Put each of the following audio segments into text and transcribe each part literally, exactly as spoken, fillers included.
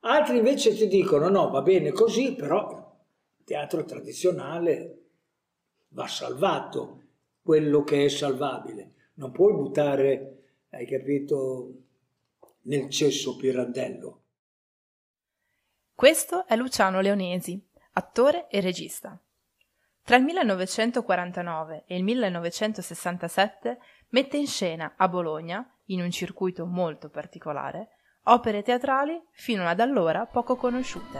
Altri invece ti dicono no, va bene così, però il teatro tradizionale va salvato, quello che è salvabile. Non puoi buttare, hai capito, nel cesso Pirandello. Questo è Luciano Leonesi, attore e regista. Tra il millenovecentoquarantanove e il millenovecentosessantasette mette in scena a Bologna, in un circuito molto particolare, opere teatrali fino ad allora poco conosciute.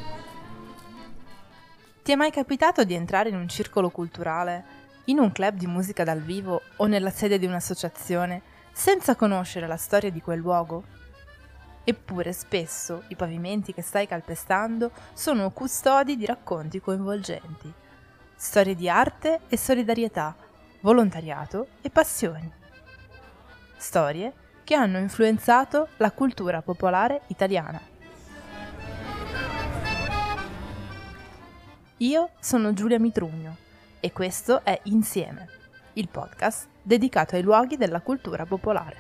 Ti è mai capitato di entrare in un circolo culturale, in un club di musica dal vivo o nella sede di un'associazione, senza conoscere la storia di quel luogo? Eppure spesso i pavimenti che stai calpestando sono custodi di racconti coinvolgenti. Storie di arte e solidarietà, volontariato e passioni. Storie che hanno influenzato la cultura popolare italiana. Io sono Giulia Mitrugno e questo è Insieme, il podcast dedicato ai luoghi della cultura popolare.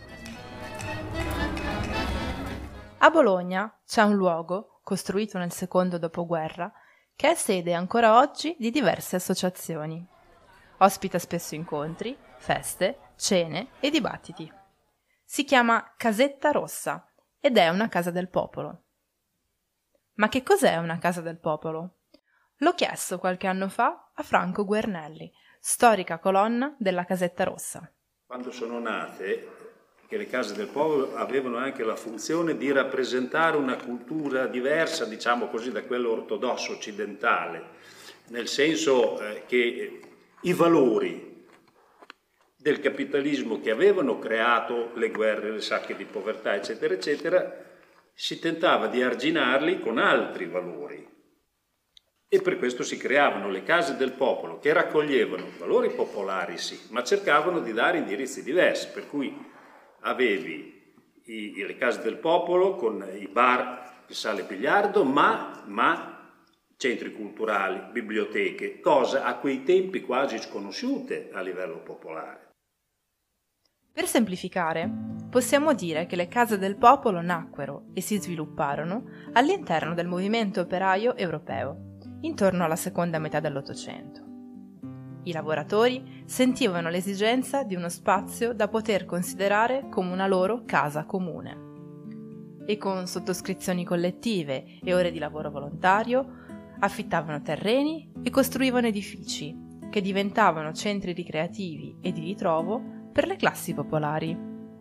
A Bologna c'è un luogo, costruito nel secondo dopoguerra, che è sede ancora oggi di diverse associazioni. Ospita spesso incontri, feste, cene e dibattiti. Si chiama Casetta Rossa ed è una casa del popolo. Ma che cos'è una casa del popolo? L'ho chiesto qualche anno fa a Franco Guernelli, storica colonna della Casetta Rossa. Quando sono nate, che le case del popolo avevano anche la funzione di rappresentare una cultura diversa, diciamo così, da quella ortodossa occidentale, nel senso eh, che i valori del capitalismo che avevano creato le guerre, le sacche di povertà, eccetera, eccetera, si tentava di arginarli con altri valori. E per questo si creavano le case del popolo che raccoglievano valori popolari, sì, ma cercavano di dare indirizzi diversi, per cui avevi i, le case del popolo con i bar, le sale biliardo, ma, ma centri culturali, biblioteche, cose a quei tempi quasi sconosciute a livello popolare. Per semplificare, possiamo dire che le case del popolo nacquero e si svilupparono all'interno del movimento operaio europeo, intorno alla seconda metà dell'Ottocento. I lavoratori sentivano l'esigenza di uno spazio da poter considerare come una loro casa comune. E con sottoscrizioni collettive e ore di lavoro volontario affittavano terreni e costruivano edifici che diventavano centri ricreativi e di ritrovo per le classi popolari.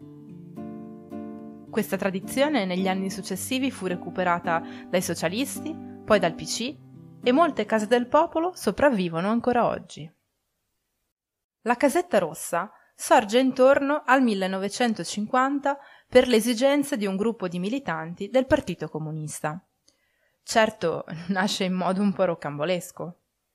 Questa tradizione negli anni successivi fu recuperata dai socialisti, poi dal P C, e molte case del popolo sopravvivono ancora oggi. La Casetta Rossa sorge intorno al millenovecentocinquanta per le esigenze di un gruppo di militanti del Partito Comunista. Certo, nasce in modo un po' rocambolesco.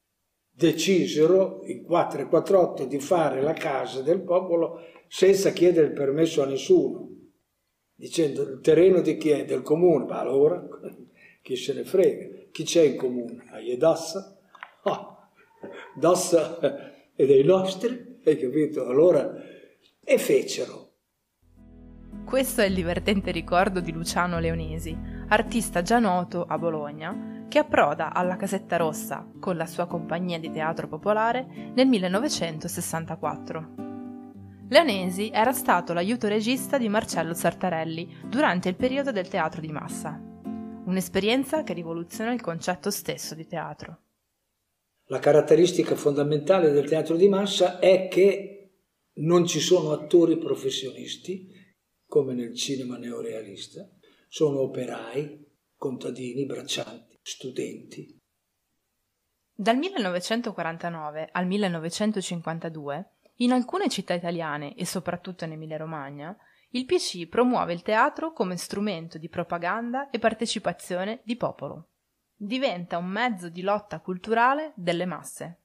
Decisero in quattro e quarantotto di fare la casa del popolo senza chiedere il permesso a nessuno, dicendo il terreno di chi è? Del comune. Ma allora chi se ne frega? Chi c'è in comune? Ah, è Dassa? Ah, Dassa è dei nostri, hai capito? Allora, e fecero. Questo è il divertente ricordo di Luciano Leonesi, artista già noto a Bologna, che approda alla Casetta Rossa con la sua compagnia di teatro popolare nel millenovecentosessantaquattro. Leonesi era stato l'aiuto regista di Marcello Sartarelli durante il periodo del teatro di massa, un'esperienza che rivoluziona il concetto stesso di teatro. La caratteristica fondamentale del teatro di massa è che non ci sono attori professionisti, come nel cinema neorealista, sono operai, contadini, braccianti, studenti. Dal millenovecentoquarantanove al millenovecentocinquantadue, in alcune città italiane e soprattutto in Emilia-Romagna, il P C promuove il teatro come strumento di propaganda e partecipazione di popolo. Diventa un mezzo di lotta culturale delle masse.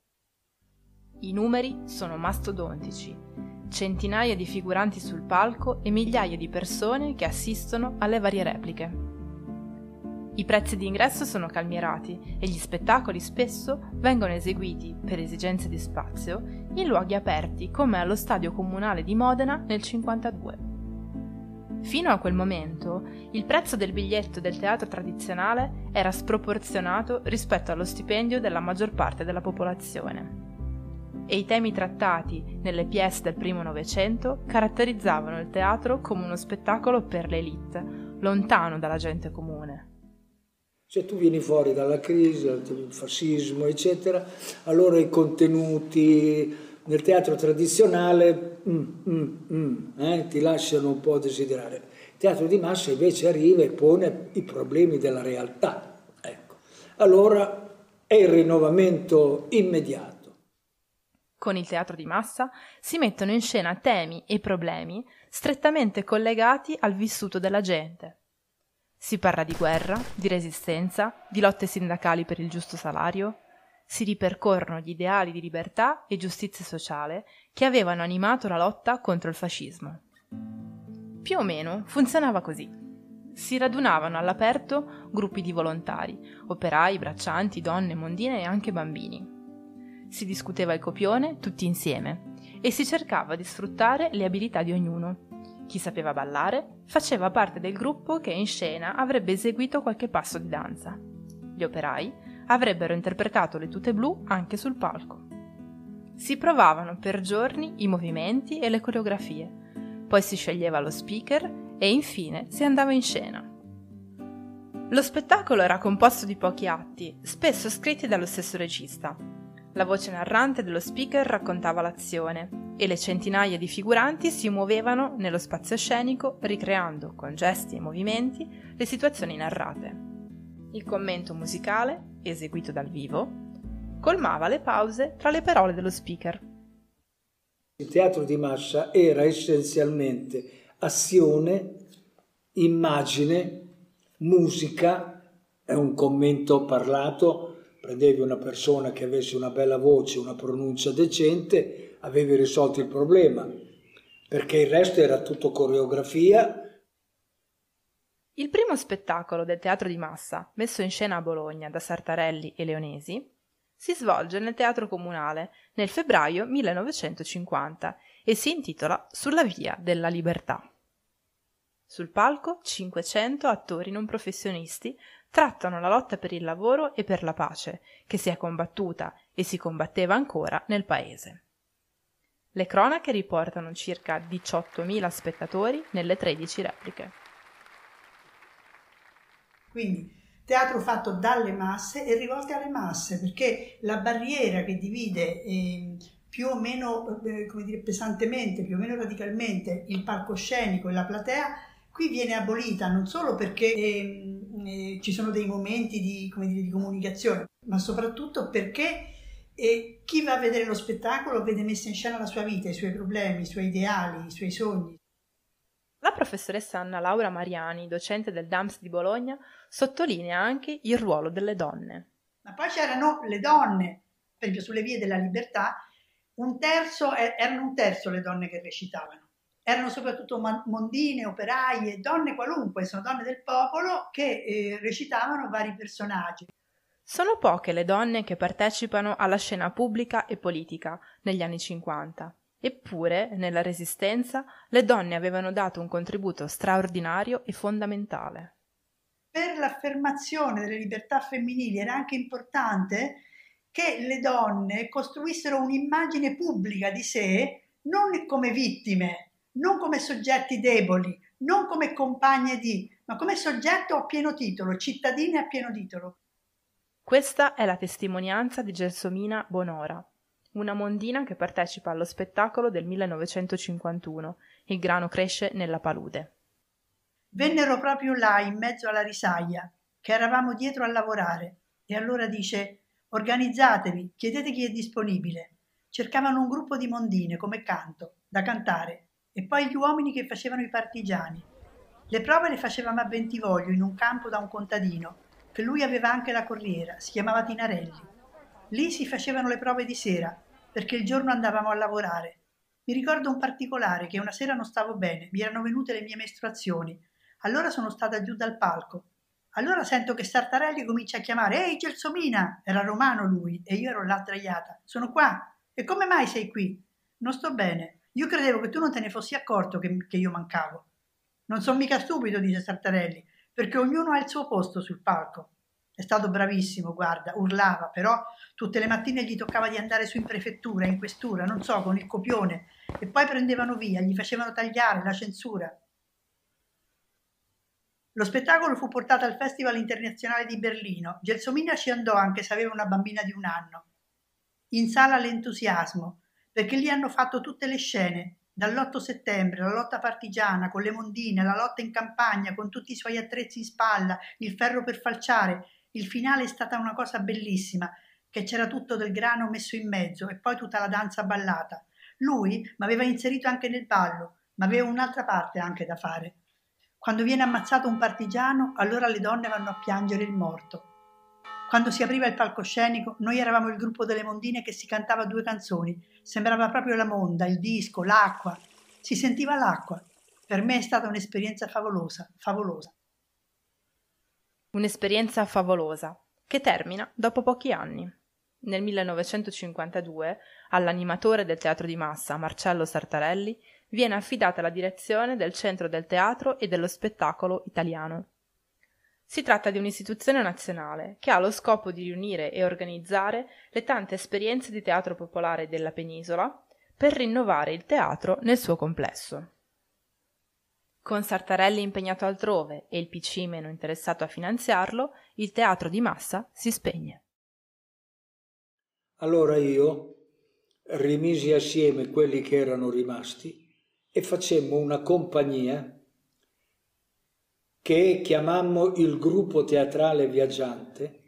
I numeri sono mastodontici, centinaia di figuranti sul palco e migliaia di persone che assistono alle varie repliche. I prezzi di ingresso sono calmierati e gli spettacoli spesso vengono eseguiti, per esigenze di spazio, in luoghi aperti come allo Stadio Comunale di Modena nel cinquantadue. Fino a quel momento, il prezzo del biglietto del teatro tradizionale era sproporzionato rispetto allo stipendio della maggior parte della popolazione. E i temi trattati nelle pièce del primo Novecento caratterizzavano il teatro come uno spettacolo per l'élite, lontano dalla gente comune. Se tu vieni fuori dalla crisi, il fascismo, eccetera, allora i contenuti nel teatro tradizionale mm, mm, mm, eh, ti lasciano un po' a desiderare. Il teatro di massa invece arriva e pone i problemi della realtà. Ecco. Allora è il rinnovamento immediato. Con il teatro di massa si mettono in scena temi e problemi strettamente collegati al vissuto della gente. Si parla di guerra, di resistenza, di lotte sindacali per il giusto salario. Si ripercorrono gli ideali di libertà e giustizia sociale che avevano animato la lotta contro il fascismo. Più o meno funzionava così. Si radunavano all'aperto gruppi di volontari, operai, braccianti, donne, mondine e anche bambini. Si discuteva il copione tutti insieme e si cercava di sfruttare le abilità di ognuno. Chi sapeva ballare faceva parte del gruppo che in scena avrebbe eseguito qualche passo di danza. Gli operai avrebbero interpretato le tute blu anche sul palco. Si provavano per giorni i movimenti e le coreografie, poi si sceglieva lo speaker e infine si andava in scena. Lo spettacolo era composto di pochi atti, spesso scritti dallo stesso regista. La voce narrante dello speaker raccontava l'azione e le centinaia di figuranti si muovevano nello spazio scenico ricreando, con gesti e movimenti, le situazioni narrate. Il commento musicale, eseguito dal vivo, colmava le pause tra le parole dello speaker. Il teatro di massa era essenzialmente azione, immagine, musica e un commento parlato. Prendevi una persona che avesse una bella voce, una pronuncia decente, avevi risolto il problema, perché il resto era tutto coreografia. Il primo spettacolo del teatro di massa, messo in scena a Bologna da Sartarelli e Leonesi, si svolge nel Teatro Comunale nel febbraio millenovecentocinquanta e si intitola Sulla via della libertà. Sul palco cinquecento attori non professionisti trattano la lotta per il lavoro e per la pace, che si è combattuta e si combatteva ancora nel paese. Le cronache riportano circa diciottomila spettatori nelle tredici repliche. Quindi teatro fatto dalle masse e rivolte alle masse, perché la barriera che divide eh, più o meno, eh, come dire, pesantemente, più o meno radicalmente il palcoscenico e la platea, qui viene abolita, non solo perché eh, eh, ci sono dei momenti di, come dire, di comunicazione, ma soprattutto perché eh, chi va a vedere lo spettacolo vede messa in scena la sua vita, i suoi problemi, i suoi ideali, i suoi sogni. La professoressa Anna Laura Mariani, docente del D A M S di Bologna, sottolinea anche il ruolo delle donne. Ma poi c'erano le donne, per esempio sulle vie della libertà, un terzo, erano un terzo le donne che recitavano. Erano soprattutto mondine, operaie, donne qualunque, sono donne del popolo che eh, recitavano vari personaggi. Sono poche le donne che partecipano alla scena pubblica e politica negli anni cinquanta. Eppure, nella Resistenza, le donne avevano dato un contributo straordinario e fondamentale. Per l'affermazione delle libertà femminili era anche importante che le donne costruissero un'immagine pubblica di sé non come vittime, non come soggetti deboli, non come compagne di, ma come soggetto a pieno titolo, cittadine a pieno titolo. Questa è la testimonianza di Gelsomina Bonora, una mondina che partecipa allo spettacolo del millenovecentocinquantuno, Il grano cresce nella palude. Vennero proprio là, in mezzo alla risaia, che eravamo dietro a lavorare, e allora dice: organizzatevi, chiedete chi è disponibile. Cercavano un gruppo di mondine come canto, da cantare, e poi gli uomini che facevano i partigiani. Le prove le facevamo a Bentivoglio, in un campo da un contadino, che lui aveva anche la corriera, si chiamava Tinarelli. Lì si facevano le prove di sera, perché il giorno andavamo a lavorare. Mi ricordo un particolare, che una sera non stavo bene, mi erano venute le mie mestruazioni. Allora sono stata giù dal palco. Allora sento che Sartarelli comincia a chiamare: «Ehi, Gelsomina!» Era romano lui, e io ero là sdraiata. «Sono qua! E come mai sei qui?» «Non sto bene. Io credevo che tu non te ne fossi accorto che, che io mancavo». Non sono mica stupido, dice Sartarelli, perché ognuno ha il suo posto sul palco. È stato bravissimo, guarda, urlava, però tutte le mattine gli toccava di andare su in prefettura, in questura, non so, con il copione, e poi prendevano via, gli facevano tagliare la censura. Lo spettacolo fu portato al Festival Internazionale di Berlino. Gelsomina ci andò anche se aveva una bambina di un anno. In sala l'entusiasmo, perché lì hanno fatto tutte le scene, dall'otto settembre, la lotta partigiana con le mondine, la lotta in campagna con tutti i suoi attrezzi in spalla, il ferro per falciare. Il finale è stata una cosa bellissima, che c'era tutto del grano messo in mezzo e poi tutta la danza ballata. Lui m'aveva inserito anche nel ballo, ma aveva un'altra parte anche da fare. Quando viene ammazzato un partigiano, allora le donne vanno a piangere il morto. Quando si apriva il palcoscenico, noi eravamo il gruppo delle mondine che si cantava due canzoni. Sembrava proprio la monda, il disco, l'acqua. Si sentiva l'acqua. Per me è stata un'esperienza favolosa, favolosa. Un'esperienza favolosa, che termina dopo pochi anni. Nel millenovecentocinquantadue, all'animatore del Teatro di Massa, Marcello Sartarelli, viene affidata la direzione del Centro del Teatro e dello Spettacolo Italiano. Si tratta di un'istituzione nazionale che ha lo scopo di riunire e organizzare le tante esperienze di teatro popolare della penisola per rinnovare il teatro nel suo complesso. Con Sartarelli impegnato altrove e il P C meno interessato a finanziarlo, il Teatro di Massa si spegne. Allora io rimisi assieme quelli che erano rimasti e facemmo una compagnia che chiamammo il Gruppo Teatrale Viaggiante,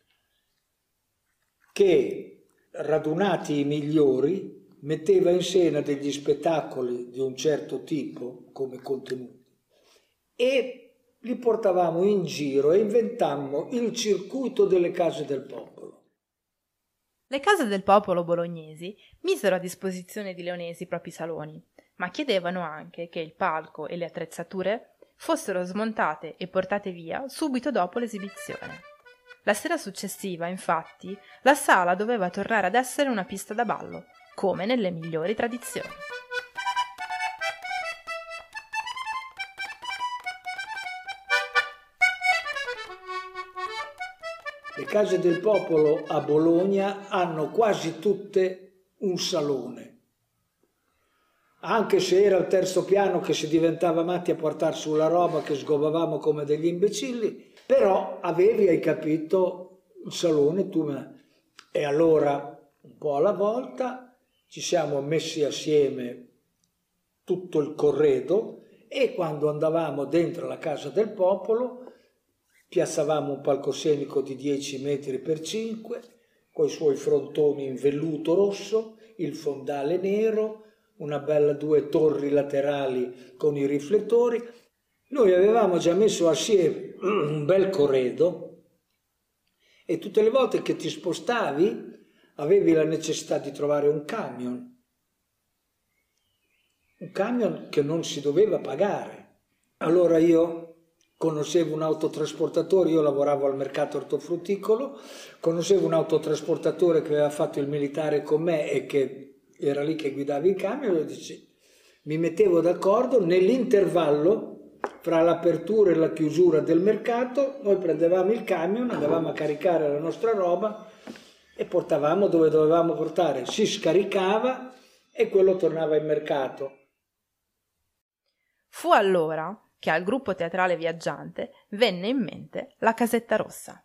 che, radunati i migliori, metteva in scena degli spettacoli di un certo tipo come contenuti e li portavamo in giro e inventammo il circuito delle case del popolo. Le case del popolo bolognesi misero a disposizione di Leonesi i propri saloni, ma chiedevano anche che il palco e le attrezzature fossero smontate e portate via subito dopo l'esibizione. La sera successiva, infatti, la sala doveva tornare ad essere una pista da ballo, come nelle migliori tradizioni. Le case del popolo a Bologna hanno quasi tutte un salone, anche se era al terzo piano che si diventava matti a portare sulla roba che sgovavamo come degli imbecilli, però avevi, hai capito, il salone tu me... E allora, un po' alla volta, ci siamo messi assieme tutto il corredo e quando andavamo dentro la casa del popolo piazzavamo un palcoscenico di dieci metri per cinque, con i suoi frontoni in velluto rosso, il fondale nero, una bella due torri laterali con i riflettori. Noi avevamo già messo assieme un bel corredo e tutte le volte che ti spostavi avevi la necessità di trovare un camion, un camion che non si doveva pagare. Allora io conoscevo un autotrasportatore, io lavoravo al mercato ortofrutticolo, conoscevo un autotrasportatore che aveva fatto il militare con me e che era lì che guidava il camion, e dice, mi mettevo d'accordo nell'intervallo fra l'apertura e la chiusura del mercato, noi prendevamo il camion, andavamo a caricare la nostra roba e portavamo dove dovevamo portare, si scaricava e quello tornava in mercato. Fu allora che al gruppo teatrale viaggiante venne in mente la Casetta Rossa.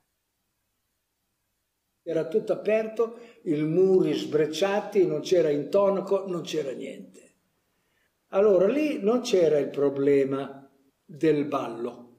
Era tutto aperto, i muri sbrecciati, non c'era intonaco, non c'era niente. Allora lì non c'era il problema del ballo.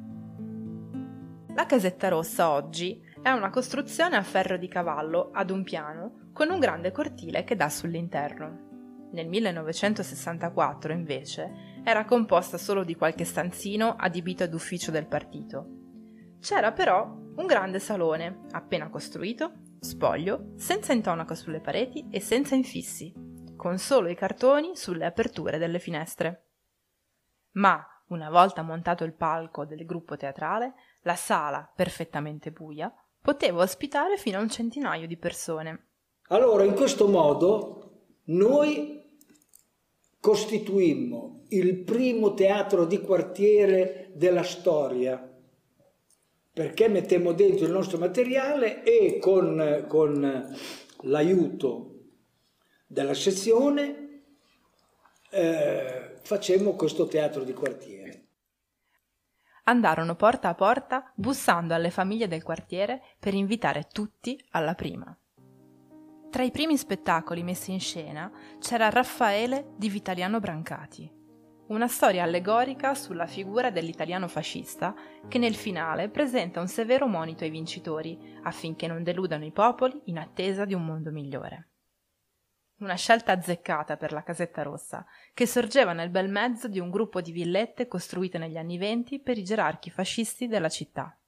La Casetta Rossa oggi è una costruzione a ferro di cavallo ad un piano con un grande cortile che dà sull'interno. Nel millenovecentosessantaquattro, invece, era composta solo di qualche stanzino adibito ad ufficio del partito. C'era però un grande salone, appena costruito, spoglio, senza intonaco sulle pareti e senza infissi, con solo i cartoni sulle aperture delle finestre. Ma, una volta montato il palco del gruppo teatrale, la sala, perfettamente buia, poteva ospitare fino a un centinaio di persone. Allora, in questo modo, noi costituimmo il primo teatro di quartiere della storia, perché mettemmo dentro il nostro materiale e con, con l'aiuto della sezione eh, facemmo questo teatro di quartiere. Andarono porta a porta bussando alle famiglie del quartiere per invitare tutti alla prima. Tra i primi spettacoli messi in scena c'era Raffaele di Vitaliano Brancati, una storia allegorica sulla figura dell'italiano fascista che nel finale presenta un severo monito ai vincitori affinché non deludano i popoli in attesa di un mondo migliore. Una scelta azzeccata per la Casetta Rossa, che sorgeva nel bel mezzo di un gruppo di villette costruite negli anni venti per i gerarchi fascisti della città.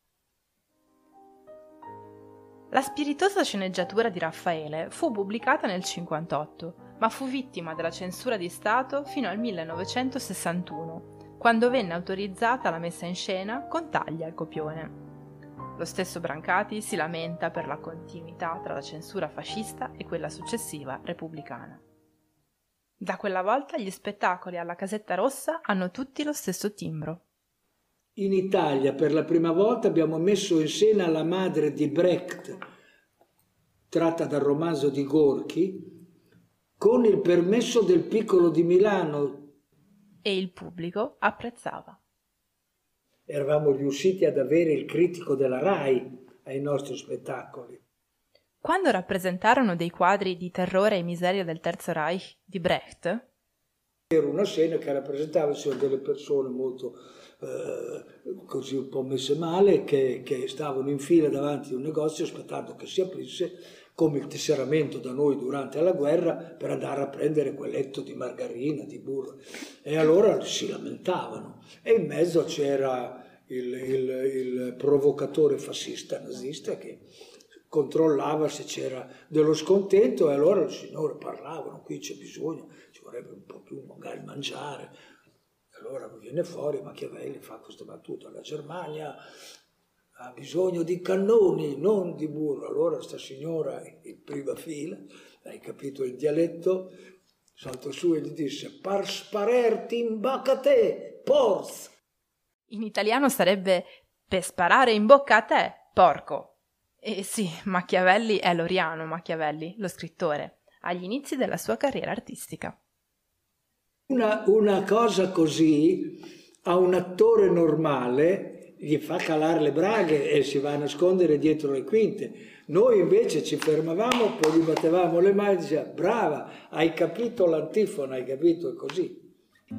La spiritosa sceneggiatura di Raffaele fu pubblicata nel cinquantotto, ma fu vittima della censura di Stato fino al millenovecentosessantuno, quando venne autorizzata la messa in scena con tagli al copione. Lo stesso Brancati si lamenta per la continuità tra la censura fascista e quella successiva repubblicana. Da quella volta gli spettacoli alla Casetta Rossa hanno tutti lo stesso timbro. In Italia per la prima volta abbiamo messo in scena La madre di Brecht, tratta dal romanzo di Gorky, con il permesso del Piccolo di Milano. E il pubblico apprezzava. Eravamo riusciti ad avere il critico della RAI ai nostri spettacoli. Quando rappresentarono dei quadri di Terrore e miseria del Terzo Reich di Brecht, era una scena che rappresentava delle persone molto eh, così un po' messe male, che, che stavano in fila davanti a un negozio aspettando che si aprisse, come il tesseramento da noi durante la guerra, per andare a prendere quel letto di margarina, di burro. E allora si lamentavano. E in mezzo c'era il, il, il provocatore fascista nazista che controllava se c'era dello scontento, e allora il signore parlavano, qui c'è bisogno, ci vorrebbe un po' più magari mangiare. Allora viene fuori Machiavelli, fa questa battuta: la Germania ha bisogno di cannoni, non di burro. Allora sta signora in prima fila, hai capito il dialetto, saltò su e gli disse: par sparerti in bocca a te, porz. In italiano sarebbe per sparare in bocca a te, porco. E sì, Machiavelli è Loriano Machiavelli, lo scrittore, agli inizi della sua carriera artistica. Una, una cosa così a un attore normale gli fa calare le braghe e si va a nascondere dietro le quinte. Noi invece ci fermavamo, poi gli battevamo le mani e dicevamo: brava, hai capito l'antifona, hai capito, è così.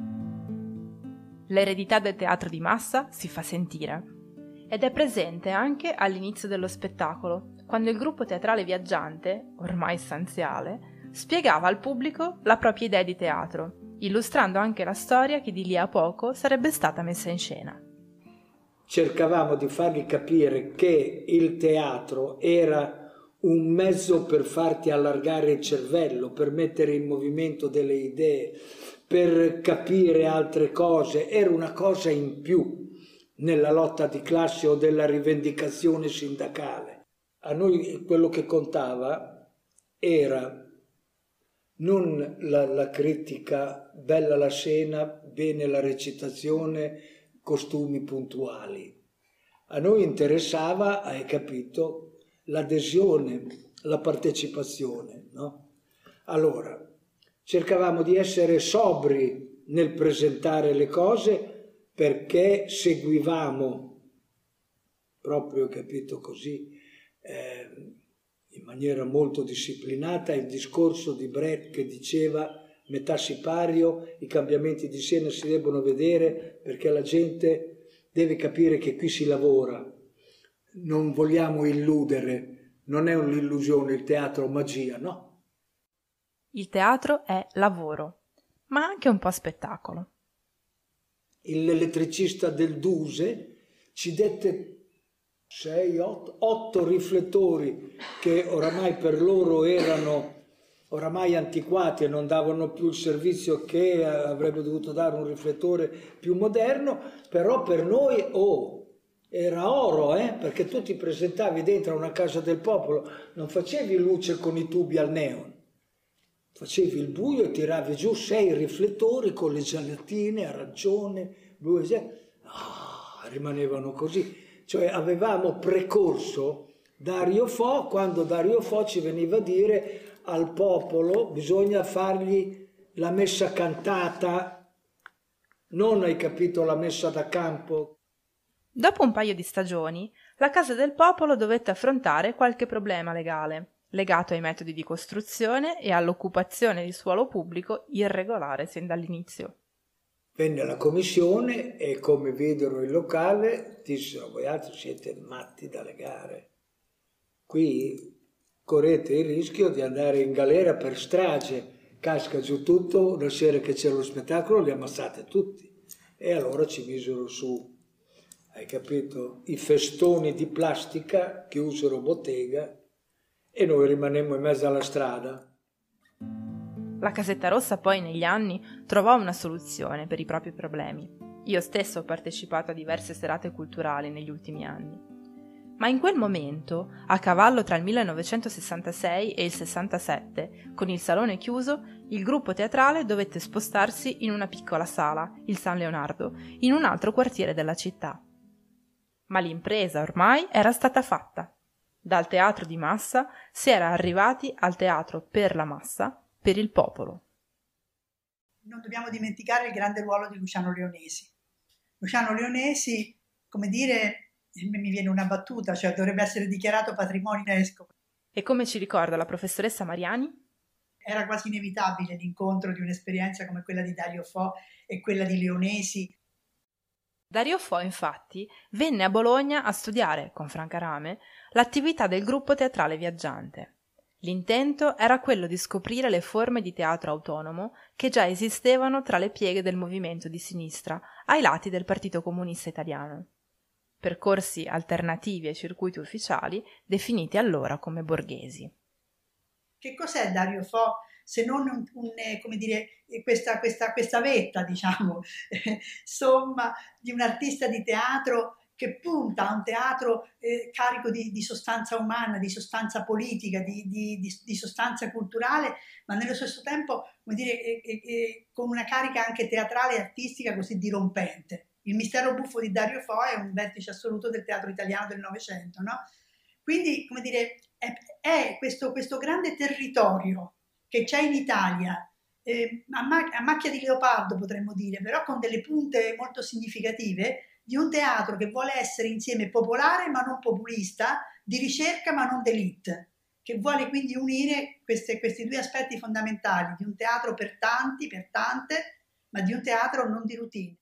L'eredità del teatro di massa si fa sentire ed è presente anche all'inizio dello spettacolo, quando il gruppo teatrale viaggiante, ormai stanziale, spiegava al pubblico la propria idea di teatro, illustrando anche la storia che di lì a poco sarebbe stata messa in scena. Cercavamo di fargli capire che il teatro era un mezzo per farti allargare il cervello, per mettere in movimento delle idee, per capire altre cose, era una cosa in più nella lotta di classe o della rivendicazione sindacale. A noi quello che contava era non la, la critica, bella la scena, bene la recitazione, costumi puntuali. A noi interessava, hai capito, l'adesione, la partecipazione, no? Allora, cercavamo di essere sobri nel presentare le cose, perché seguivamo, proprio capito così, eh, in maniera molto disciplinata, il discorso di Brecht che diceva: metà sipario, i cambiamenti di scena si debbono vedere perché la gente deve capire che qui si lavora. Non vogliamo illudere, non è un'illusione il teatro, magia, no. Il teatro è lavoro, ma anche un po' spettacolo. L'elettricista del Duse ci dette sei, otto, otto riflettori che oramai per loro erano oramai antiquati e non davano più il servizio che avrebbe dovuto dare un riflettore più moderno, però per noi oh, era oro, eh? Perché tu ti presentavi dentro a una casa del popolo, non facevi luce con i tubi al neon, facevi il buio e tiravi giù sei riflettori con le gelatine, arancione, blu, ah, rimanevano così. Cioè avevamo precorso Dario Fo quando Dario Fo ci veniva a dire al popolo bisogna fargli la messa cantata, non hai capito la messa da campo. Dopo un paio di stagioni, la Casa del Popolo dovette affrontare qualche problema legale, legato ai metodi di costruzione e all'occupazione di suolo pubblico irregolare sin dall'inizio. Venne la commissione e come videro il locale dissero: voi altri siete matti da legare, qui correte il rischio di andare in galera per strage, casca giù tutto, una sera che c'è lo spettacolo li ammazzate tutti. E allora ci misero su, hai capito, i festoni di plastica, chiusero bottega e noi rimanemmo in mezzo alla strada. La Casetta Rossa poi negli anni trovò una soluzione per i propri problemi. Io stesso ho partecipato a diverse serate culturali negli ultimi anni. Ma in quel momento, a cavallo tra il millenovecentosessantasei e il sessantasette, con il salone chiuso, il gruppo teatrale dovette spostarsi in una piccola sala, il San Leonardo, in un altro quartiere della città. Ma l'impresa ormai era stata fatta. Dal teatro di massa si era arrivati al teatro per la massa, per il popolo. Non dobbiamo dimenticare il grande ruolo di Luciano Leonesi. Luciano Leonesi, come dire, mi viene una battuta, cioè dovrebbe essere dichiarato patrimonio UNESCO. E come ci ricorda la professoressa Mariani? Era quasi inevitabile l'incontro di un'esperienza come quella di Dario Fo e quella di Leonesi. Dario Fo, infatti, venne a Bologna a studiare, con Franca Rame, l'attività del gruppo teatrale viaggiante. L'intento era quello di scoprire le forme di teatro autonomo che già esistevano tra le pieghe del movimento di sinistra ai lati del Partito Comunista Italiano. Percorsi alternativi ai circuiti ufficiali, definiti allora come borghesi. Che cos'è Dario Fo se non un, un, come dire, questa, questa, questa vetta, diciamo, somma di un artista di teatro che punta a un teatro eh, carico di, di sostanza umana, di sostanza politica, di, di, di, di sostanza culturale, ma nello stesso tempo, come dire, eh, eh, con una carica anche teatrale e artistica così dirompente. Il mistero buffo di Dario Fo è un vertice assoluto del teatro italiano del Novecento, no? Quindi, come dire, è, è questo, questo grande territorio che c'è in Italia, eh, a, ma- a macchia di leopardo potremmo dire, però con delle punte molto significative, di un teatro che vuole essere insieme popolare ma non populista, di ricerca ma non d'élite, che vuole quindi unire queste, questi due aspetti fondamentali, di un teatro per tanti, per tante, ma di un teatro non di routine.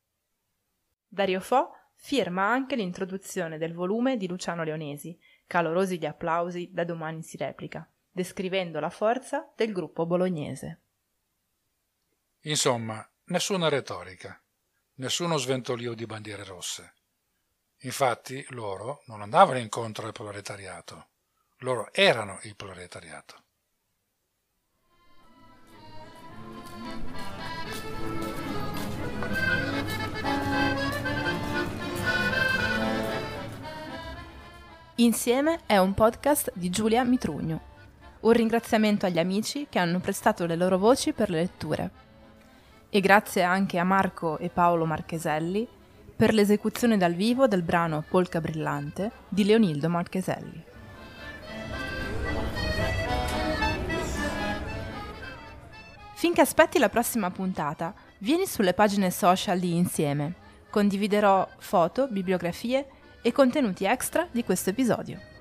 Dario Fo firma anche l'introduzione del volume di Luciano Leonesi, calorosi gli applausi da domani si replica, descrivendo la forza del gruppo bolognese. Insomma, nessuna retorica, nessuno sventolio di bandiere rosse. Infatti loro non andavano incontro al proletariato, loro erano il proletariato. Insieme è un podcast di Giulia Mitrugno. Un ringraziamento agli amici che hanno prestato le loro voci per le letture. E grazie anche a Marco e Paolo Marcheselli per l'esecuzione dal vivo del brano Polka Brillante di Leonildo Marcheselli. Finché aspetti la prossima puntata, vieni sulle pagine social di Insieme. Condividerò foto, bibliografie e contenuti extra di questo episodio.